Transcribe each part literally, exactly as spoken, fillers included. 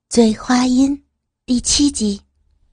醉花阴第七集。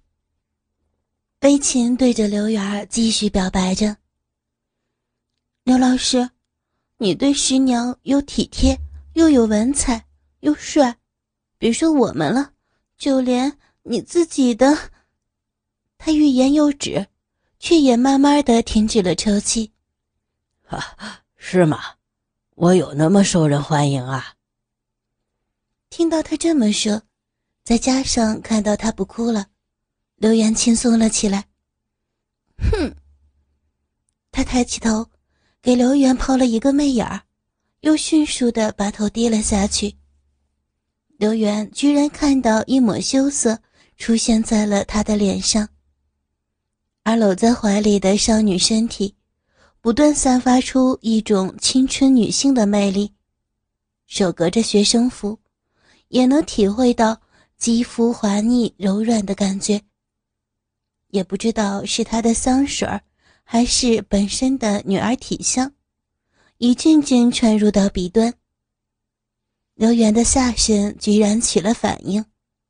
魏琴对着刘媛继续表白着：刘老师，你对师娘又体贴又有文采又帅，别说我们了，就连你自己的……他欲言又止，却也慢慢的停止了抽泣。 啊，是吗？我有那么受人欢迎啊？ 听到他这么说，再加上看到他不哭了，刘媛轻松了起来。哼！他抬起头，给刘媛抛了一个媚眼儿，又迅速地把头低了下去。刘媛居然看到一抹羞涩出现在了他的脸上，而搂在怀里的少女身体不断散发出一种青春女性的魅力，手隔着学生服也能体会到肌肤滑腻柔软的感觉，也不知道是她的香水还是本身的女儿体香，一阵阵传入到鼻端。刘媛的下身居然起了反应。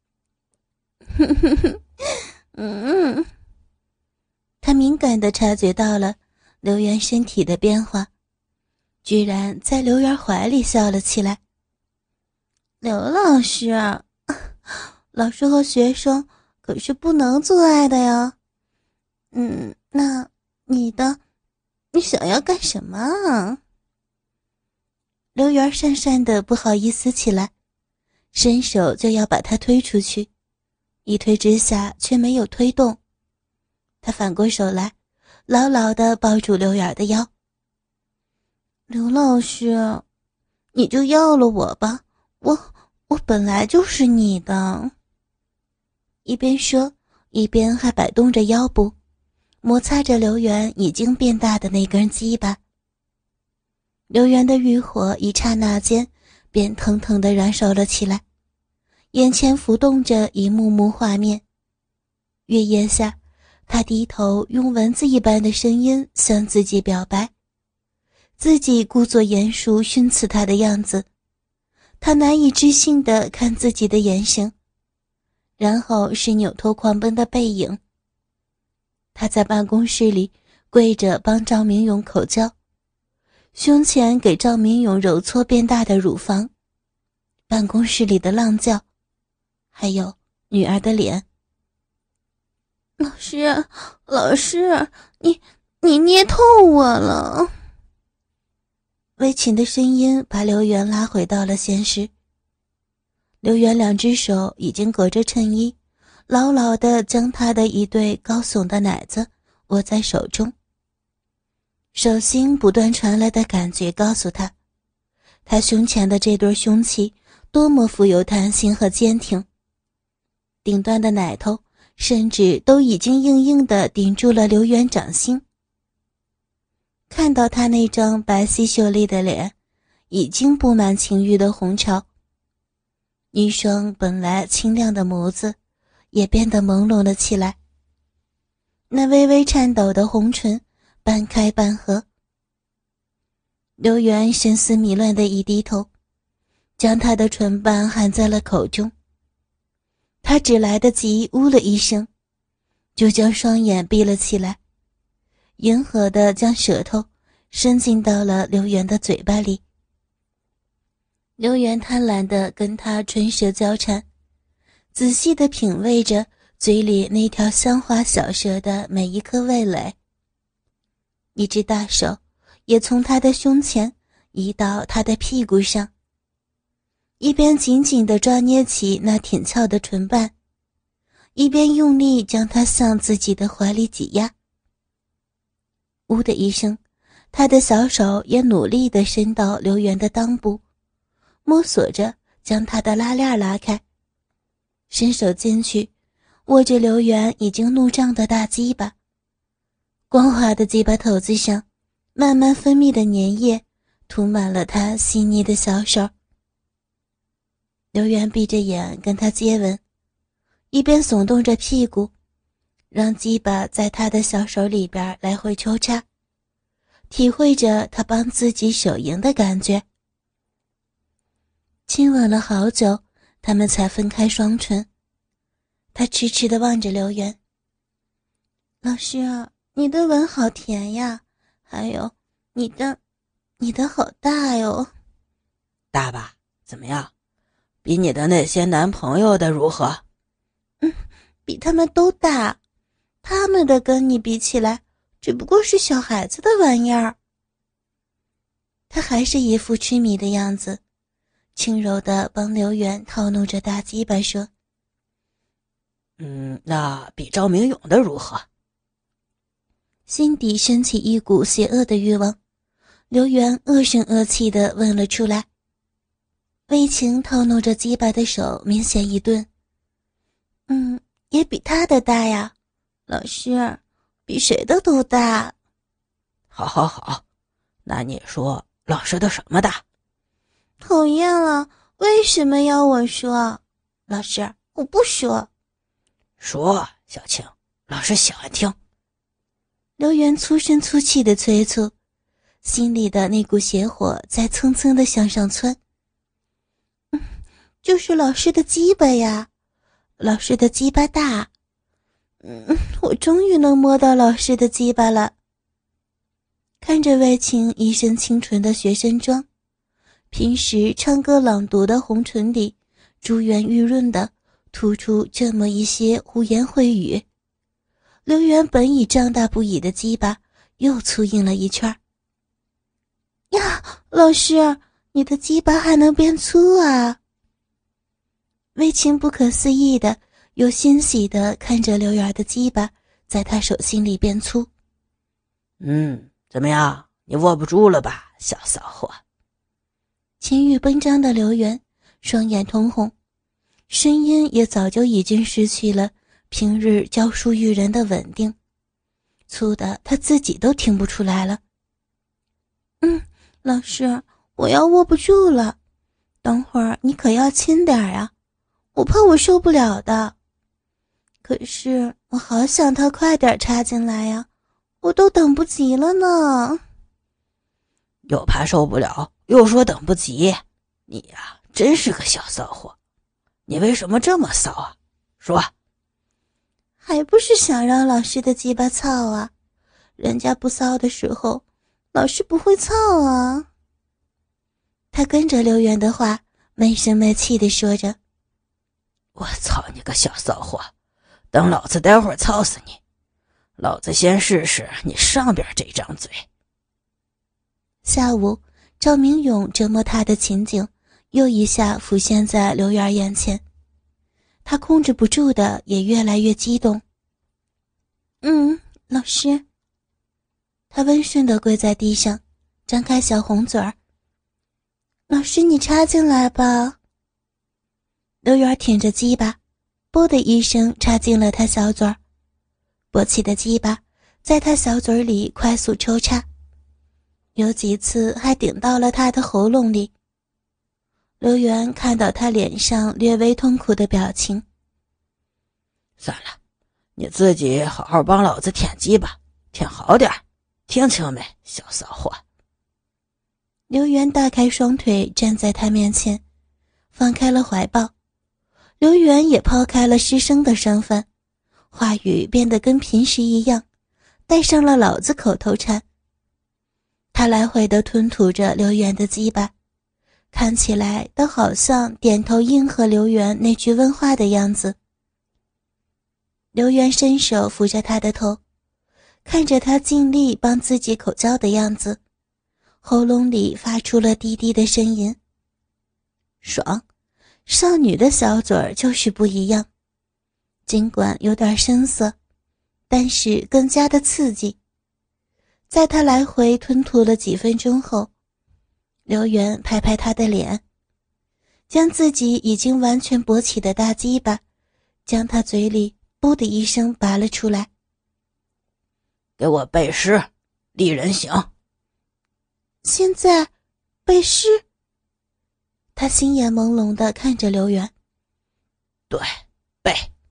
嗯，她敏感地察觉到了刘媛身体的变化，居然在刘媛怀里笑了起来。刘老师，老师和学生可是不能做爱的呀。嗯，那你的，你想要干什么啊？刘媛讪讪的不好意思起来，伸手就要把他推出去，一推之下却没有推动。他反过手来，牢牢地抱住刘媛的腰。刘老师，你就要了我吧，我我本来就是你的。一边说，一边还摆动着腰部，摩擦着刘媛已经变大的那根鸡巴。刘媛的欲火一刹那间便腾腾地燃烧了起来，眼前浮动着一幕幕画面。月夜下，他低头用蚊子一般的声音向自己表白，自己故作严肃训斥他的样子，他难以置信地看自己的眼神，然后是扭头狂奔的背影。他在办公室里跪着帮赵明勇口交，胸前给赵明勇揉搓变大的乳房，办公室里的浪叫，还有女儿的脸。老师，老师，你你捏透我了。魏琴的声音把刘媛拉回到了现实。刘媛两只手已经隔着衬衣，牢牢地将她的一对高耸的奶子握在手中。手心不断传来的感觉告诉她，她胸前的这对凶器多么富有弹性和坚挺，顶端的奶头甚至都已经硬硬地顶住了刘媛掌心。看到她那张白皙秀丽的脸，已经布满情欲的红潮，一双本来清亮的眸子也变得朦胧了起来，那微微颤抖的红唇半开半合。刘媛神思迷乱的一低头，将她的唇瓣含在了口中。他只来得及呜了一声，就将双眼闭了起来，迎合地将舌头伸进到了刘媛的嘴巴里。刘媛贪婪地跟他唇舌交缠，仔细地品味着嘴里那条香滑小舌的每一颗味蕾。一只大手也从他的胸前移到他的屁股上，一边紧紧地抓捏起那挺翘的唇瓣，一边用力将它向自己的怀里挤压。呜的一声，他的小手也努力地伸到刘媛的裆部，摸索着将她的拉链拉开，伸手进去握着刘媛已经怒胀的大鸡巴，光滑的鸡巴头子上慢慢分泌的粘液涂满了他细腻的小手。刘媛闭着眼跟他接吻，一边耸动着屁股，让鸡巴在他的小手里边来回抽插，体会着他帮自己手淫的感觉。亲吻了好久， 他们才分开双唇。他痴痴地望着刘源。老师啊，你的吻好甜呀，还有你的你的好大哟。 大吧？怎么样？比你的那些男朋友的如何？ 嗯，比他们都大，他们的跟你比起来只不过是小孩子的玩意儿。他还是一副痴迷的样子，轻柔地帮刘源套弄着大鸡巴说： 嗯，那比赵明勇的如何？ 心底升起一股邪恶的欲望，刘源恶声恶气地问了出来。魏晴套弄着鸡巴的手明显一顿。嗯，也比他的大呀，老师，比谁的都大。 好好好，那你说老师的什么大？ 讨厌了，为什么要我说？老师，我不说。 说，小青，老师喜欢听。 刘源粗声粗气地催促，心里的那股邪火在蹭蹭地向上窜。嗯，就是老师的鸡巴呀，老师的鸡巴大。嗯，我终于能摸到老师的鸡巴了。看着魏晴一身清纯的学生装，平时唱歌朗读的红唇里珠圆玉润的吐出这么一些胡言秽语，刘源本已胀大不已的鸡巴又粗硬了一圈。呀，老师，你的鸡巴还能变粗啊？魏晴不可思议的又欣喜的看着刘源的鸡巴在他手心里变粗。 嗯，怎么样？你握不住了吧，小骚货？ 情欲奔张的刘源双眼通红，声音也早就已经失去了平日教书育人的稳定，粗的他自己都听不出来了。嗯，老师，我要握不住了，等会儿你可要轻点啊，我怕我受不了的。可是我好想他快点插进来呀，我都等不及了呢。 又怕受不了，又说等不及，你呀，真是个小骚货。你为什么这么骚啊？说。 还不是想让老师的鸡巴操啊，人家不骚的时候，老师不会操啊。他跟着刘源的话没声没气地说着。 我操你个小骚货，等老子待会儿操死你，老子先试试你上边这张嘴。 下午赵明勇折磨他的情景又一下浮现在刘源眼前，他控制不住的也越来越激动。嗯，老师。他温顺地跪在地上，张开小红嘴儿。老师，你插进来吧。刘源挺着鸡巴，啵的一声插进了他小嘴儿，勃起的鸡巴在他小嘴里快速抽插，有几次还顶到了他的喉咙里。刘源看到他脸上略微痛苦的表情。 算了，你自己好好帮老子舔鸡巴，舔好点，听清没，小骚货。 刘源大开双腿站在他面前，放开了怀抱。刘源也抛开了师生的身份，话语变得跟平时一样，带上了老子口头禅。他来回地吞吐着刘源的鸡巴，看起来倒好像点头应和刘源那句问话的样子。刘源伸手扶着他的头，看着他尽力帮自己口交的样子，喉咙里发出了低低的声音。爽，少女的小嘴儿就是不一样，尽管有点生涩，但是更加的刺激。在他来回吞吐了几分钟后，刘源拍拍他的脸，将自己已经完全勃起的大鸡巴将他嘴里啵的一声拔了出来。 给我背诗，立人形。 现在背诗？他心眼朦胧地看着刘源。 对，背。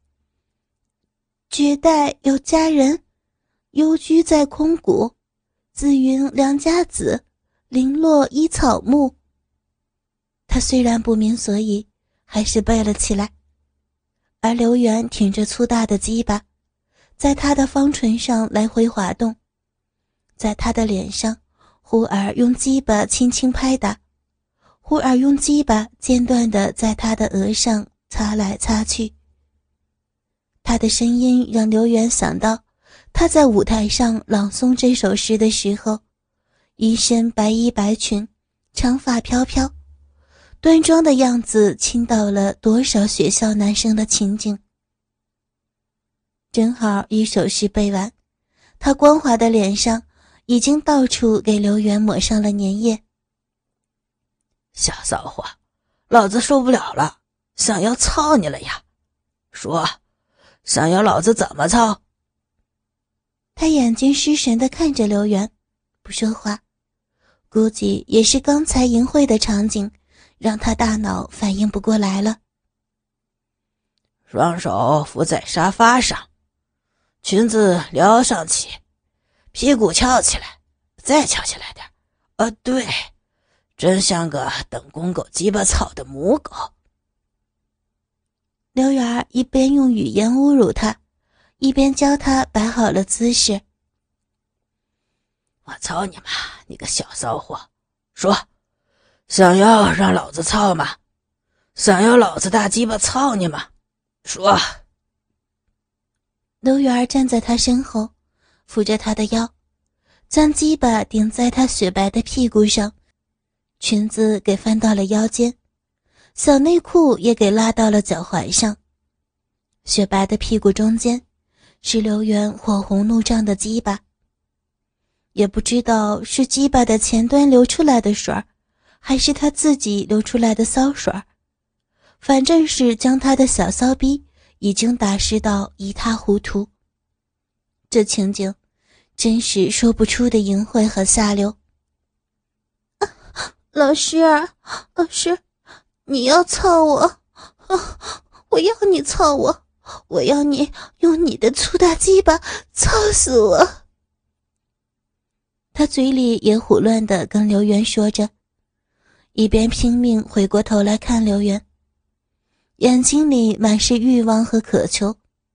绝代有佳人，幽居在空谷，自云良家子，零落依草木。他虽然不明所以， 还是背了起来，而刘元挺着粗大的鸡巴，在他的方唇上来回滑动，在他的脸上忽而用鸡巴轻轻拍打，忽而用鸡巴间断地在他的额上擦来擦去。他的声音让刘元想到他在舞台上朗诵这首诗的时候，一身白衣白裙，长发飘飘，端庄的样子倾倒了多少学校男生的情景。正好一首诗背完，他光滑的脸上已经到处给刘元抹上了粘液。 小骚货，老子受不了了，想要操你了呀！说，想要老子怎么操？ 他眼睛失神地看着刘元，不说话，估计也是刚才淫秽的场景让他大脑反应不过来了。 双手扶在沙发上，裙子撩上去，屁股翘起来，再翘起来点。啊，对，真像个等公狗鸡巴草的母狗。 刘元一边用语言侮辱他，一边教他摆好了姿势。 我操你妈，你个小骚货！说，想要让老子操吗？想要老子大鸡巴操你吗？说。 刘元站在他身后，扶着他的腰，将鸡巴顶在他雪白的屁股上，裙子给翻到了腰间，小内裤也给拉到了脚踝上。雪白的屁股中间是刘元火红怒胀的鸡巴，也不知道是鸡巴的前端流出来的水儿，还是他自己流出来的骚水儿，反正是将他的小骚逼已经打湿到一塌糊涂。这情景真是说不出的淫秽和下流。啊，老师，老师，你要操我，啊，我要你操我，我要你用你的粗大鸡巴操死我。他嘴里也胡乱地跟刘元说着，一边拼命回过头来看刘元，眼睛里满是欲望和渴求。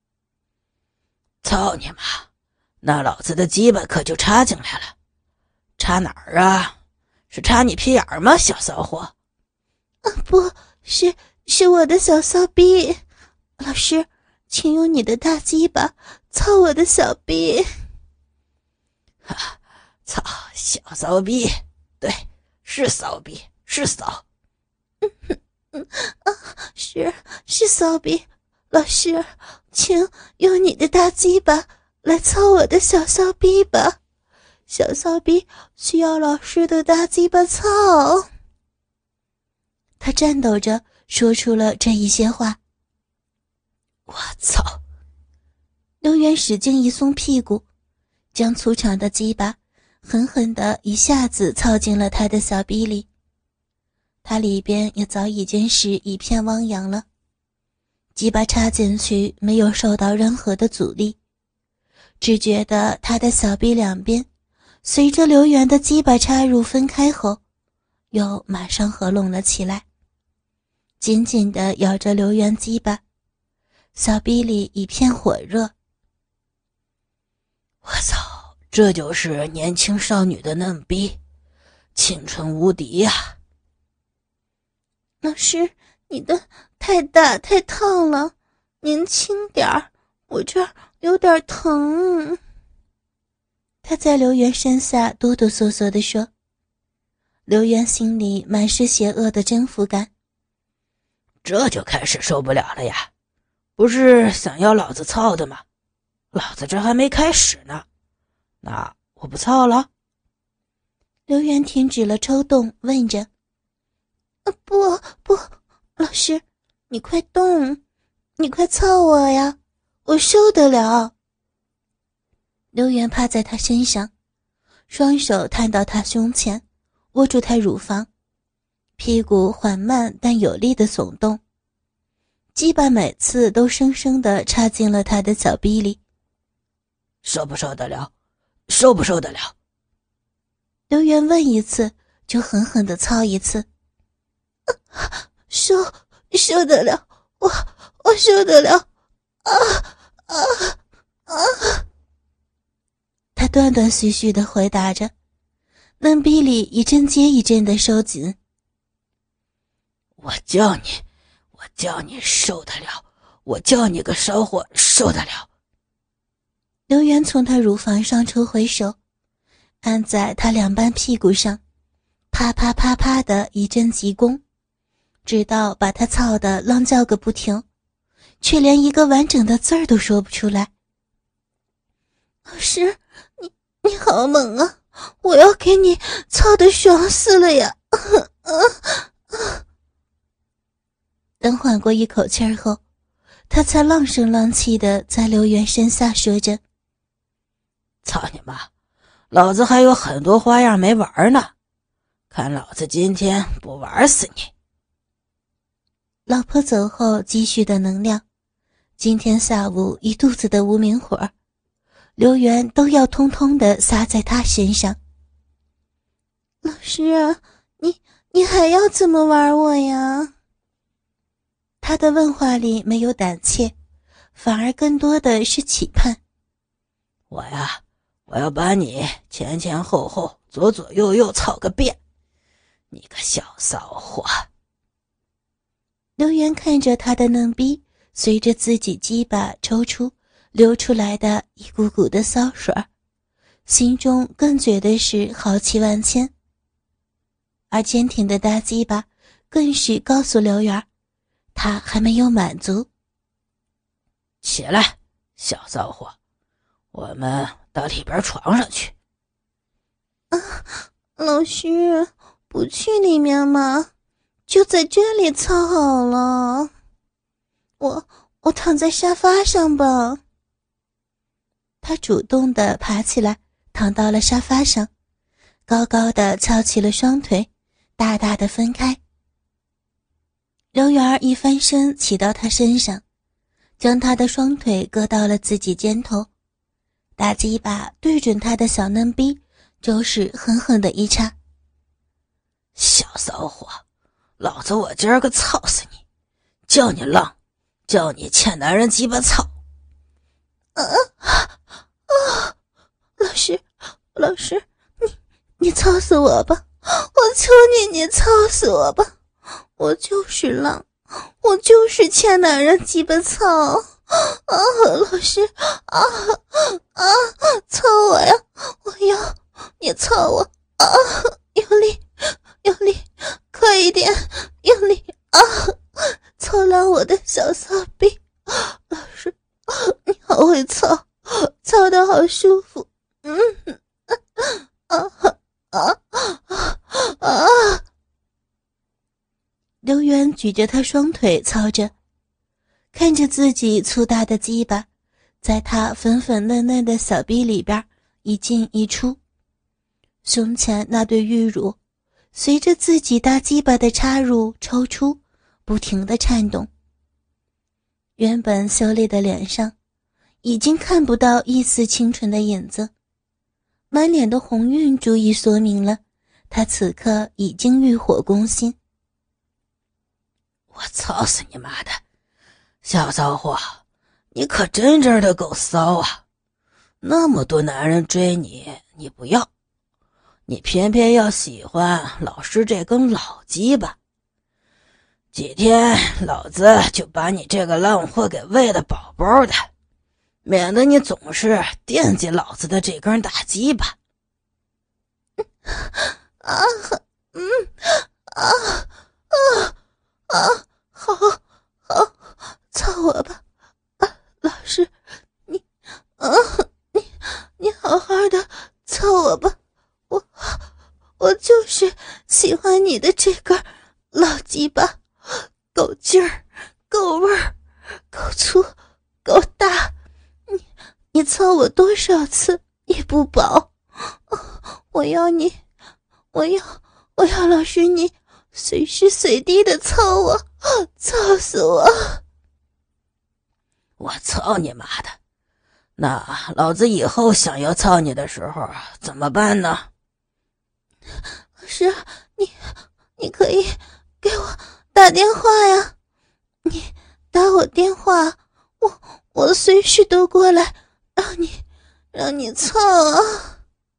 操你妈，那老子的鸡巴可就插进来了。插哪儿啊？是插你屁眼儿吗，小骚货？ 啊，不是，是我的小骚逼。老师，请用你的大鸡巴操我的小逼。 哈，操，小骚逼，对，是骚逼，是骚。 嗯嗯啊，是是骚逼。老师，请用你的大鸡巴来操我的小骚逼吧。小骚逼需要老师的大鸡巴操。他颤抖着说出了这一些话。 我操！ 刘元使劲一松屁股，将粗长的鸡巴狠狠地一下子操进了他的小逼里。他里边也早已经是一片汪洋了，鸡巴插进去没有受到任何的阻力，只觉得他的小臂两边随着刘元的鸡巴插入分开后，又马上合拢了起来，紧紧地咬着刘元鸡巴，小臂里一片火热。 我操，这就是年轻少女的嫩逼，青春无敌呀！ 老师，你的太大太烫了，您轻点儿，我这儿有点疼。他在刘元身下哆哆嗦嗦地说。刘元心里满是邪恶的征服感。 这就开始受不了了呀，不是想要老子操的吗？老子这还没开始呢，那我不操了？ 刘元停止了抽动，问着。啊，不不，老师，你快动，你快操我呀，我受得了。刘元趴在他身上，双手探到他胸前，握住他乳房，屁股缓慢但有力地耸动，鸡巴每次都生生地插进了他的小逼里。 受不受得了？受不受得了？ 刘元问一次，就狠狠地操一次。啊，受受得了，我我受得了，啊啊啊！他断断续续地回答着，嫩逼里一阵接一阵的收紧。 我叫你，我叫你受得了，我叫你个骚货受得了。 刘源从他乳房上抽回手，按在他两半屁股上，啪啪啪啪的一阵急攻，直到把他操得浪叫个不停，却连一个完整的字儿都说不出来。老师，你你好猛啊！我要给你操得爽死了呀！等缓过一口气儿后，他才浪声浪气的在刘源身下说着： 操你妈，老子还有很多花样没玩呢，看老子今天不玩死你。 老婆走后积蓄的能量，今天下午一肚子的无名火，刘源都要通通的撒在他身上。老师啊，你你还要怎么玩我呀？他的问话里没有胆怯，反而更多的是期盼。 我呀，我要把你前前后后左左右右操个遍，你个小骚货。 刘源看着他的嫩逼随着自己鸡巴抽出流出来的一股股的骚水，心中更觉得是豪气万千。而坚挺的大鸡巴更是告诉刘源，他还没有满足。 起来，小骚货，我们到里边床上去。 啊，老师，不去里面吗？就在这里操好了。我我躺在沙发上吧。他主动地爬起来，躺到了沙发上，高高的翘起了双腿，大大的分开。刘源一翻身骑到他身上，将他的双腿搁到了自己肩头，大鸡巴对准他的小嫩逼就是狠狠的一插。 小骚货，老子我今儿个操死你，叫你浪，叫你欠男人鸡巴操。 啊啊！老师，老师，你你操死我吧！我求你，你操死我吧！我就是浪，我就是欠男人鸡巴操啊！老师啊啊！操我呀！我要你操我啊！用力，用力，快一点，用力啊！操烂我的小骚逼！老师，你好会操，操得好舒服。嗯，啊啊啊啊！刘源举着他双腿操着，看着自己粗大的鸡巴在他粉粉嫩嫩的小逼里边一进一出，胸前那对玉乳随着自己大鸡巴的插入抽出不停地颤动。原本秀丽的脸上已经看不到一丝清纯的影子，满脸的红晕足以说明了他此刻已经欲火攻心。 我操死你妈的，小骚货，你可真真的够骚啊！那么多男人追你，你不要，你偏偏要喜欢老师这根老鸡巴。几天老子就把你这个浪货给喂得饱饱的，免得你总是惦记老子的这根大鸡巴。 啊，嗯，啊啊啊！好，好，操我吧！啊，老师，你，啊，你，你好好的操我吧！我，我就是喜欢你的这根老鸡巴，够劲儿，够味儿，够粗，够大。你，你操我多少次也不饱。我要你，我要，我要老师你随时随地的操我，操死我！ 我操你妈的！那老子以后想要操你的时候怎么办呢？ 老师，你你可以给我打电话呀！ 你打我电话，我我随时都过来，让你让你操啊！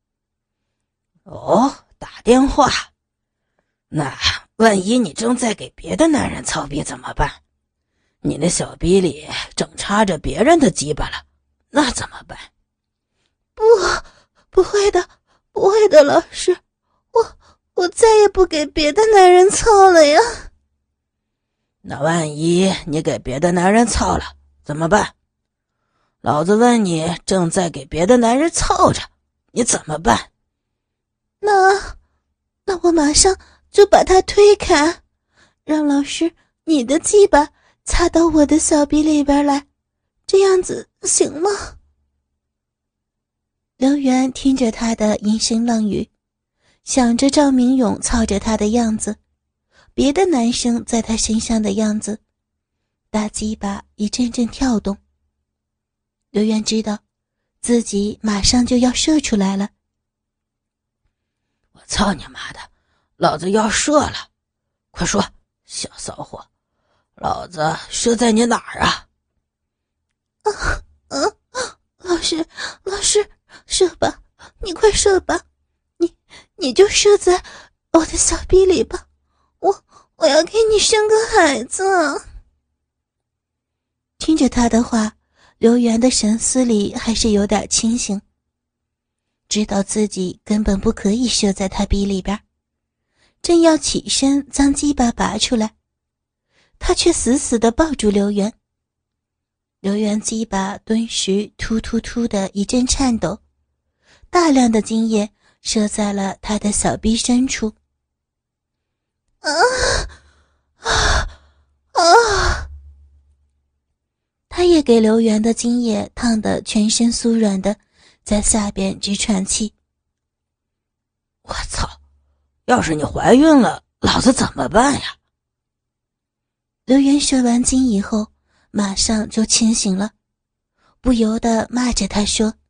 哦，打电话？那万一你正在给别的男人操逼怎么办？你那小逼里正插着别人的鸡巴了，那怎么办？ 不，不会的，不会的，老师，我我再也不给别的男人操了呀。 那万一你给别的男人操了怎么办？老子问你，正在给别的男人操着，你怎么办？ 那那我马上就把他推开，让老师你的鸡巴插到我的小逼里边来，这样子行吗？刘源听着他的淫声浪语，想着赵明勇操着他的样子，别的男生在他身上的样子，大鸡巴一阵阵跳动。刘源知道自己马上就要射出来了。 我操你妈的，老子要射了！快说，小骚货，老子射在你哪儿啊？ 啊啊！老师，老师，射吧，你快射吧，你你就射在我的小逼里吧，我我要给你生个孩子。听着他的话，刘源的神思里还是有点清醒，知道自己根本不可以射在他逼里边，正要起身将鸡巴拔出来，他却死死地抱住刘源。刘源鸡巴顿时突突突的一阵颤抖，大量的精液射在了他的小臂深处。啊啊啊！他也给刘源的精液烫得全身酥软的，在下边直喘气。 我操！要是你怀孕了，老子怎么办呀？ 刘源射完精以后马上就清醒了，不由得骂着他说：